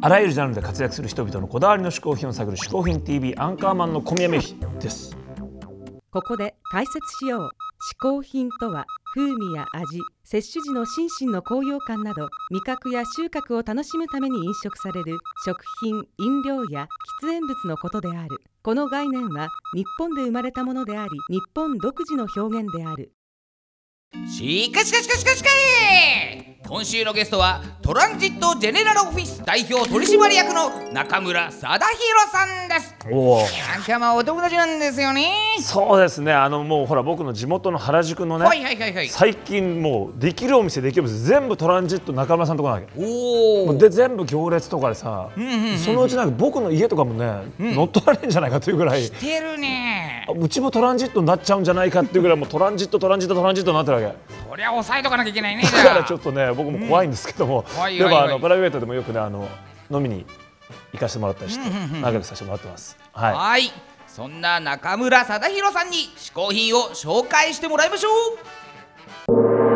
あらゆるジャンルで活躍する人々のこだわりの嗜好品を探る嗜好品 TV アンカーマンの小宮芽衣です。 ここで解説しよう。嗜好品とは風味や味、摂取時の心身の高揚感など味覚や収穫を楽しむために飲食される食品、飲料や喫煙物のことである。この概念は日本で生まれたものであり、日本独自の表現である。 しかし今週のゲストはトランジットジェネラルオフィス代表取締役の中村貞弘さんです。なんかまあお友達なんですよね。 そうですね、もうほら僕の地元の原宿のね、最近もうできるお店全部トランジット中村さんとこなわけ。で全部行列とかでさ、そのうちなんか僕の家とかもね、乗っ取られるんじゃないかというぐらいしてるね。 うちもトランジットになっちゃうんじゃないかっていうぐらいもうトランジットになってるわけ。 そりゃ抑えとかなきゃいけないね。 だからちょっとね僕も怖いんですけども、でもプライベートでもよくね飲みに行かせてもらったりして仲良くさせてもらってます。 はい、そんな中村貞弘さんに嗜好品を紹介してもらいましょう。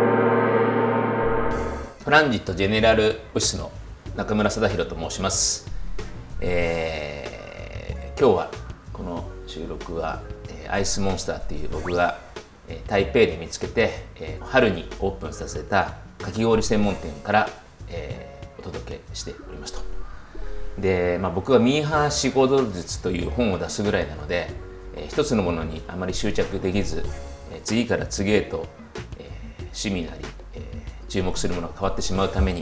トランジットジェネラルオフィスの中村貞弘と申します。今日はこの収録はアイスモンスターっていう僕が台北で見つけて春にオープンさせたかき氷専門店からお届けしておりますと。で、僕はミーハー仕事術という本を出すぐらいなので一つのものにあまり執着できず次から次へと趣味なり注目するものが変わってしまうために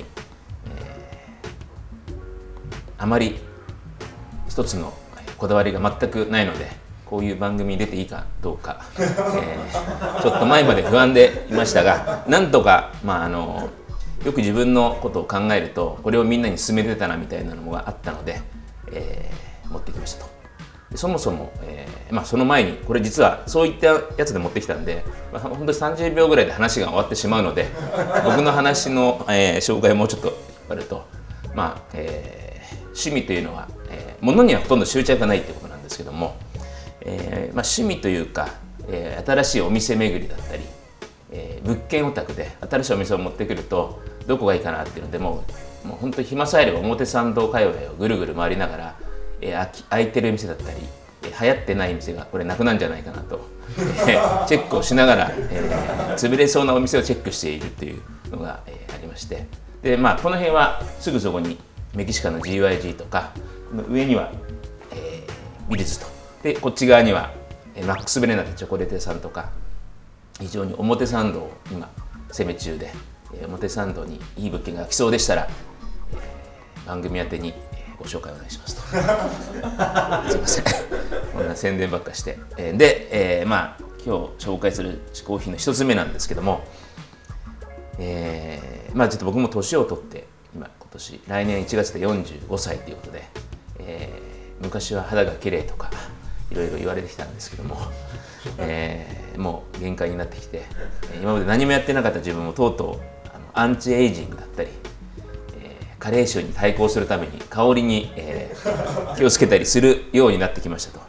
あまり一つのこだわりが全くないのでこういう番組に出ていいかどうか、ちょっと前まで不安でいましたがなんとか、よく自分のことを考えるとこれをみんなに勧めてたなみたいなのがあったので、持ってきましたと。でそもそも、その前にこれ実はそういったやつで持ってきたんで、本当に30秒ぐらいで話が終わってしまうので僕の話の、紹介をもうちょっと引っ張ると、趣味というのは、物にはほとんど執着がないということなんですけども、趣味というか、新しいお店巡りだったり、物件オタクで新しいお店を持ってくるとどこがいいかなっていうのでもう本当に暇さえあれば表参道界隈をぐるぐる回りながら、空いてる店だったり、流行ってない店がこれなくなるんじゃないかなと、チェックをしながら、潰れそうなお店をチェックしているというのが、ありまして、で、この辺はすぐそこにメキシカの GYG とか、この上には、ミルズと、でこっち側にはマックス・ブレナーチョコレート屋さんとか非常に表参道を今攻め中で、表参道にいい物件が来そうでしたら、番組宛てにご紹介お願いしますとすいませんこんな宣伝ばっかして、で、今日紹介する嗜好品の一つ目なんですけども、ちょっと僕も年を取って今年来年1月で45歳ということで、昔は肌が綺麗とかいろいろ言われてきたんですけども、もう限界になってきて、今まで何もやってなかった自分もとうとうアンチエイジングだったり、加齢臭に対抗するために香りに、気をつけたりするようになってきましたと。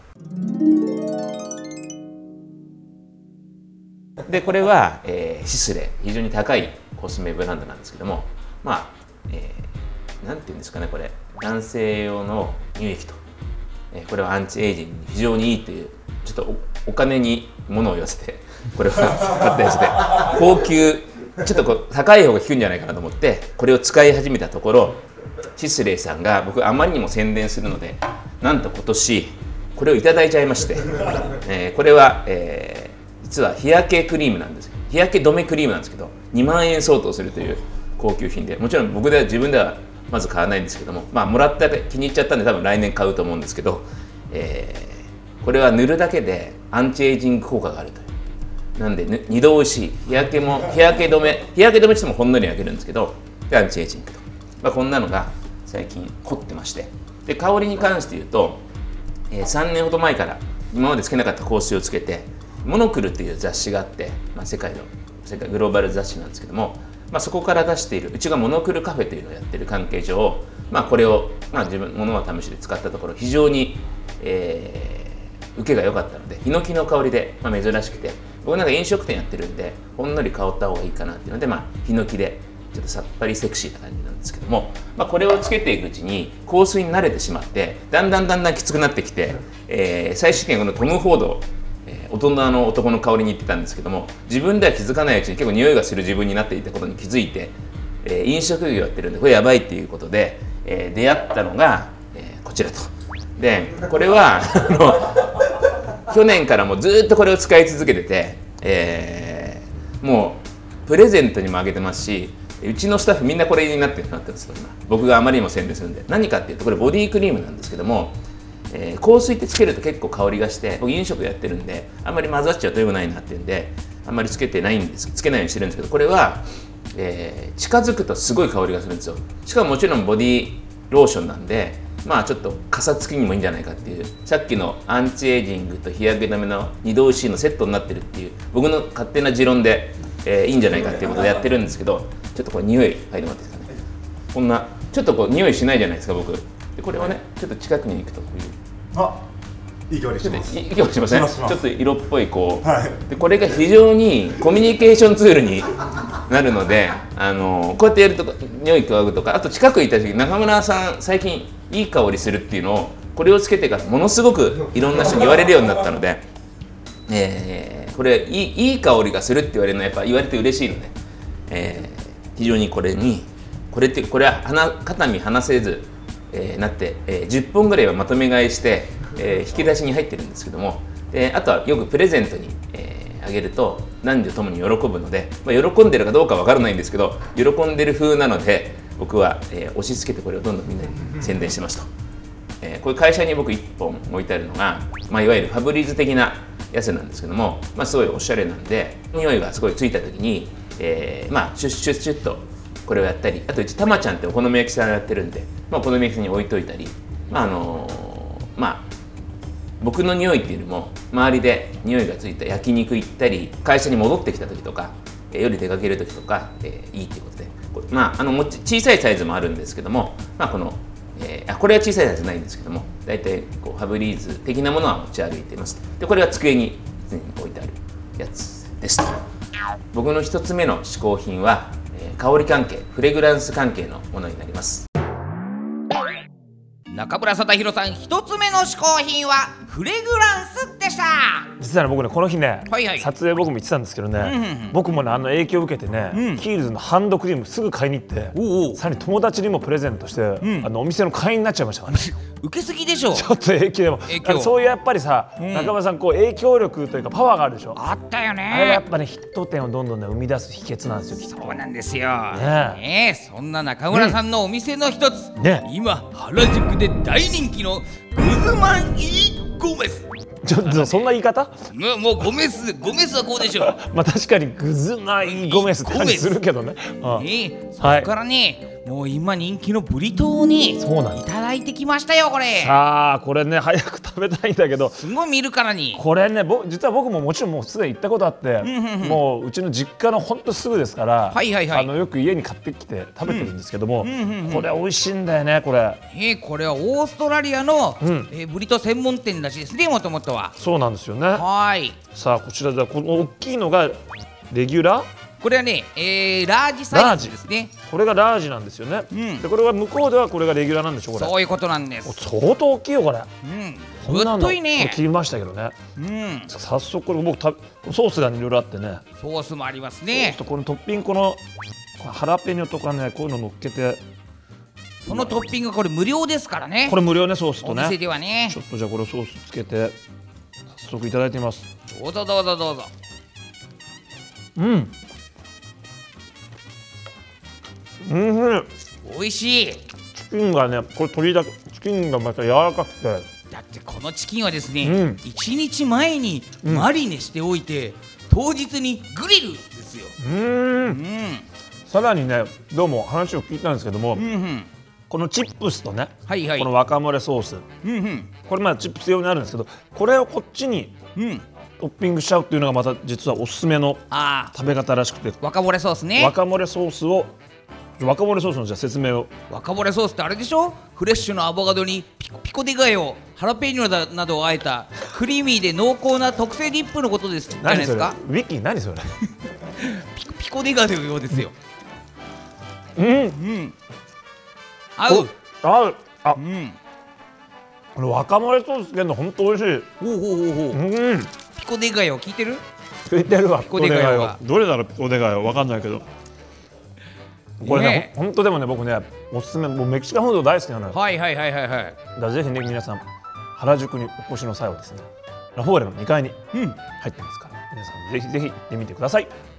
でこれは、シスレ非常に高いコスメブランドなんですけども、なんていうんですかね、これ男性用の乳液と。これはアンチエイジングに非常にいいというちょっと お金に物を言わせてこれは買ったやつで高級ちょっと高い方が効くんじゃないかなと思ってこれを使い始めたところ、シスレイさんが僕あまりにも宣伝するのでなんと今年これをいただいちゃいまして、これは、実は日焼けクリームなんです。日焼け止めクリームなんですけど2万円相当するという高級品で、もちろん僕では自分ではまず買わないんですけども、もらった気に入っちゃったんで多分来年買うと思うんですけど、これは塗るだけでアンチエイジング効果があるという。なんで2度おいしい日焼け止めしてもほんのり焼けるんですけど、でアンチエイジングと、こんなのが最近凝ってまして、で香りに関して言うと、3年ほど前から今までつけなかった香水をつけて、モノクルっていう雑誌があって、世界グローバル雑誌なんですけども、そこから出している、うちがモノクルカフェというのをやっている関係上、これを、自分物は試しで使ったところ非常に、受けが良かったので、ヒノキの香りで、珍しくて、僕なんか飲食店やってるんでほんのり香った方がいいかなっていうので、ヒノキで、 ちょっとさっぱりセクシーな感じなんですけども、これをつけていくうちに香水に慣れてしまってだんだんきつくなってきて、最終的にはこのトム・フォード、大人の男の香りに行ってたんですけども、自分では気づかないうちに結構匂いがする自分になっていたことに気づいて、飲食業やってるんでこれやばいっていうことで、出会ったのが、こちらと。でこれは去年からもうずっとこれを使い続けてて、もうプレゼントにもあげてますし、うちのスタッフみんなこれになってるんですよ今。僕があまりにも宣伝するんで。何かっていうとこれボディクリームなんですけども、香水ってつけると結構香りがして、僕飲食やってるんであんまり混ざっちゃうと良くないなっていうんであんまりつけてないんです、つけないようにしてるんですけど、これは、近づくとすごい香りがするんですよ。しかももちろんボディローションなんでちょっとかさつきにもいいんじゃないかっていう、さっきのアンチエイジングと日焼け止めの2度 C のセットになってるっていう僕の勝手な持論で、いいんじゃないかっていうことでやってるんですけど、ちょっとこれ匂い嗅いでもらっていいですかね。こんなちょっとこう匂いしないじゃないですか僕で。これをねちょっと近くに行くとこういう、 いい香りします。 いい香りしません？ちょっと色っぽいこう、 はい、 でこれが非常にコミュニケーションツールになるので、こうやってやると匂い嗅ぐとか、あと近く行った時中村さん最近いい香りするっていうのをこれをつけてからものすごくいろんな人に言われるようになったので、これいい香りがするって言われるのはやっぱ言われて嬉しいので、非常にこれは肩身離せず、なって、10本ぐらいはまとめ買いして、引き出しに入ってるんですけども、あとはよくプレゼントに、あげると男女ともに喜ぶので、喜んでるかどうかわからないんですけど喜んでる風なので僕は、押し付けてこれをどんどんみんなに宣伝してますと。こういう会社に僕1本置いてあるのが、いわゆるファブリーズ的なやつなんですけども、すごいおしゃれなんで匂いがすごいついた時に、シュッシュッシュッとこれをやったり、あとうちたまちゃんってお好み焼きさんやってるんで、お好み焼きさんに置いといたり、僕の匂いっていうよりも周りで匂いがついた焼肉行ったり会社に戻ってきた時とか、夜出かける時とか、いいっていうことで、小さいサイズもあるんですけども、これは小さいサイズないんですけども、だいたいファブリーズ的なものは持ち歩いています。でこれは机に常に置いてあるやつですと。僕の一つ目の嗜好品は、香り関係フレグランス関係のものになります。 中村貞弘さん一つ目の嗜好品はフレグランスでした。 実はね僕ねこの日ね、 はいはい、 撮影僕も行ってたんですけどね、僕もね影響を受けてね、キールズのハンドクリームすぐ買いに行って、さらに友達にもプレゼントして、お店の会員になっちゃいましたからね。 受けすぎでしょ。 ちょっと影響でもそういうやっぱりさ、中村さんこう影響力というかパワーがあるでしょ。 あったよね。 あれがやっぱねヒット点をどんどんね生み出す秘訣なんですよきっと。 そうなんですよ、そんな中村さんのお店の一つ、今原宿で大人気のグズマン・イ・ゴメス。 ちょっとそんな言い方？ もうゴメスはこうでしょ。 確かにグズマン・イ・ゴメスって感じするけどね。 そこからね、もう今人気のブリトーをねいただいてきましたよこれ。 さあこれね早く食べたいんだけど、 すごい見るからにこれね実は僕ももちろんもうすでに行ったことあって、もううちの実家のほんとすぐですから、よく家に買ってきて食べてるんですけども、これ美味しいんだよねこれ。 これはオーストラリアの、ブリトー専門店らしいですねもともとは。 そうなんですよね。 はい。 さあこちらではこの大きいのがレギュラー。 これはね、ラージサイズですね。 これがラージなんですよね。でこれは向こうではこれがレギュラーなんでしょこれ。 そういうことなんです。 相当大きいよこれ。 ぶっといね。 切りましたけどね。早速これ僕ソースがいろいろあってね。 ソースもありますね。 このトッピングこのハラペニョとかねこういうの乗っけて。 そのトッピングこれ無料ですからね。 これ無料ねソースとね。 お店ではね。 ちょっとじゃあこれソースつけて早速いただいてみます。 どうぞどうぞどうぞ。美味しい。 チキンがねこれチキンがまた柔らかくて。 だってこのチキンはですね、1日前にマリネしておいて、当日にグリルですよ。 さらにねどうも話を聞いたんですけども、このチップスとね、このワカモレソース、これチップス用にあるんですけど、これをこっちにトッピングしちゃうっていうのがまた実はおすすめの食べ方らしくて、 ワカモレソースね。 ワカモレソースのじゃあ説明を。 ワカモレソースってあれでしょ。フレッシュのアボカドにピコデガヨハラペーニョなどをあえたクリーミーで濃厚な特製ディップのことですじゃないですか。 ウィキ何それピコデガヨですよ。 合う。 合う。あ、 うん。 これ若盛ソースつけるの本当美味しい。 ほうほうほうほう。ピコデガヨ聞いてる？ 聞いてるわ。 ピコデガヨが。 どれだろうピコデガヨわかんないけど。これね、本当でもね僕ねおすすめもうメキシカンフード大好きなのよ。 はいはいはいはいはい。 だからぜひね皆さん原宿にお越しの際はですねラフォーレの2階に入ってますから皆さんぜひぜひ行ってみてください。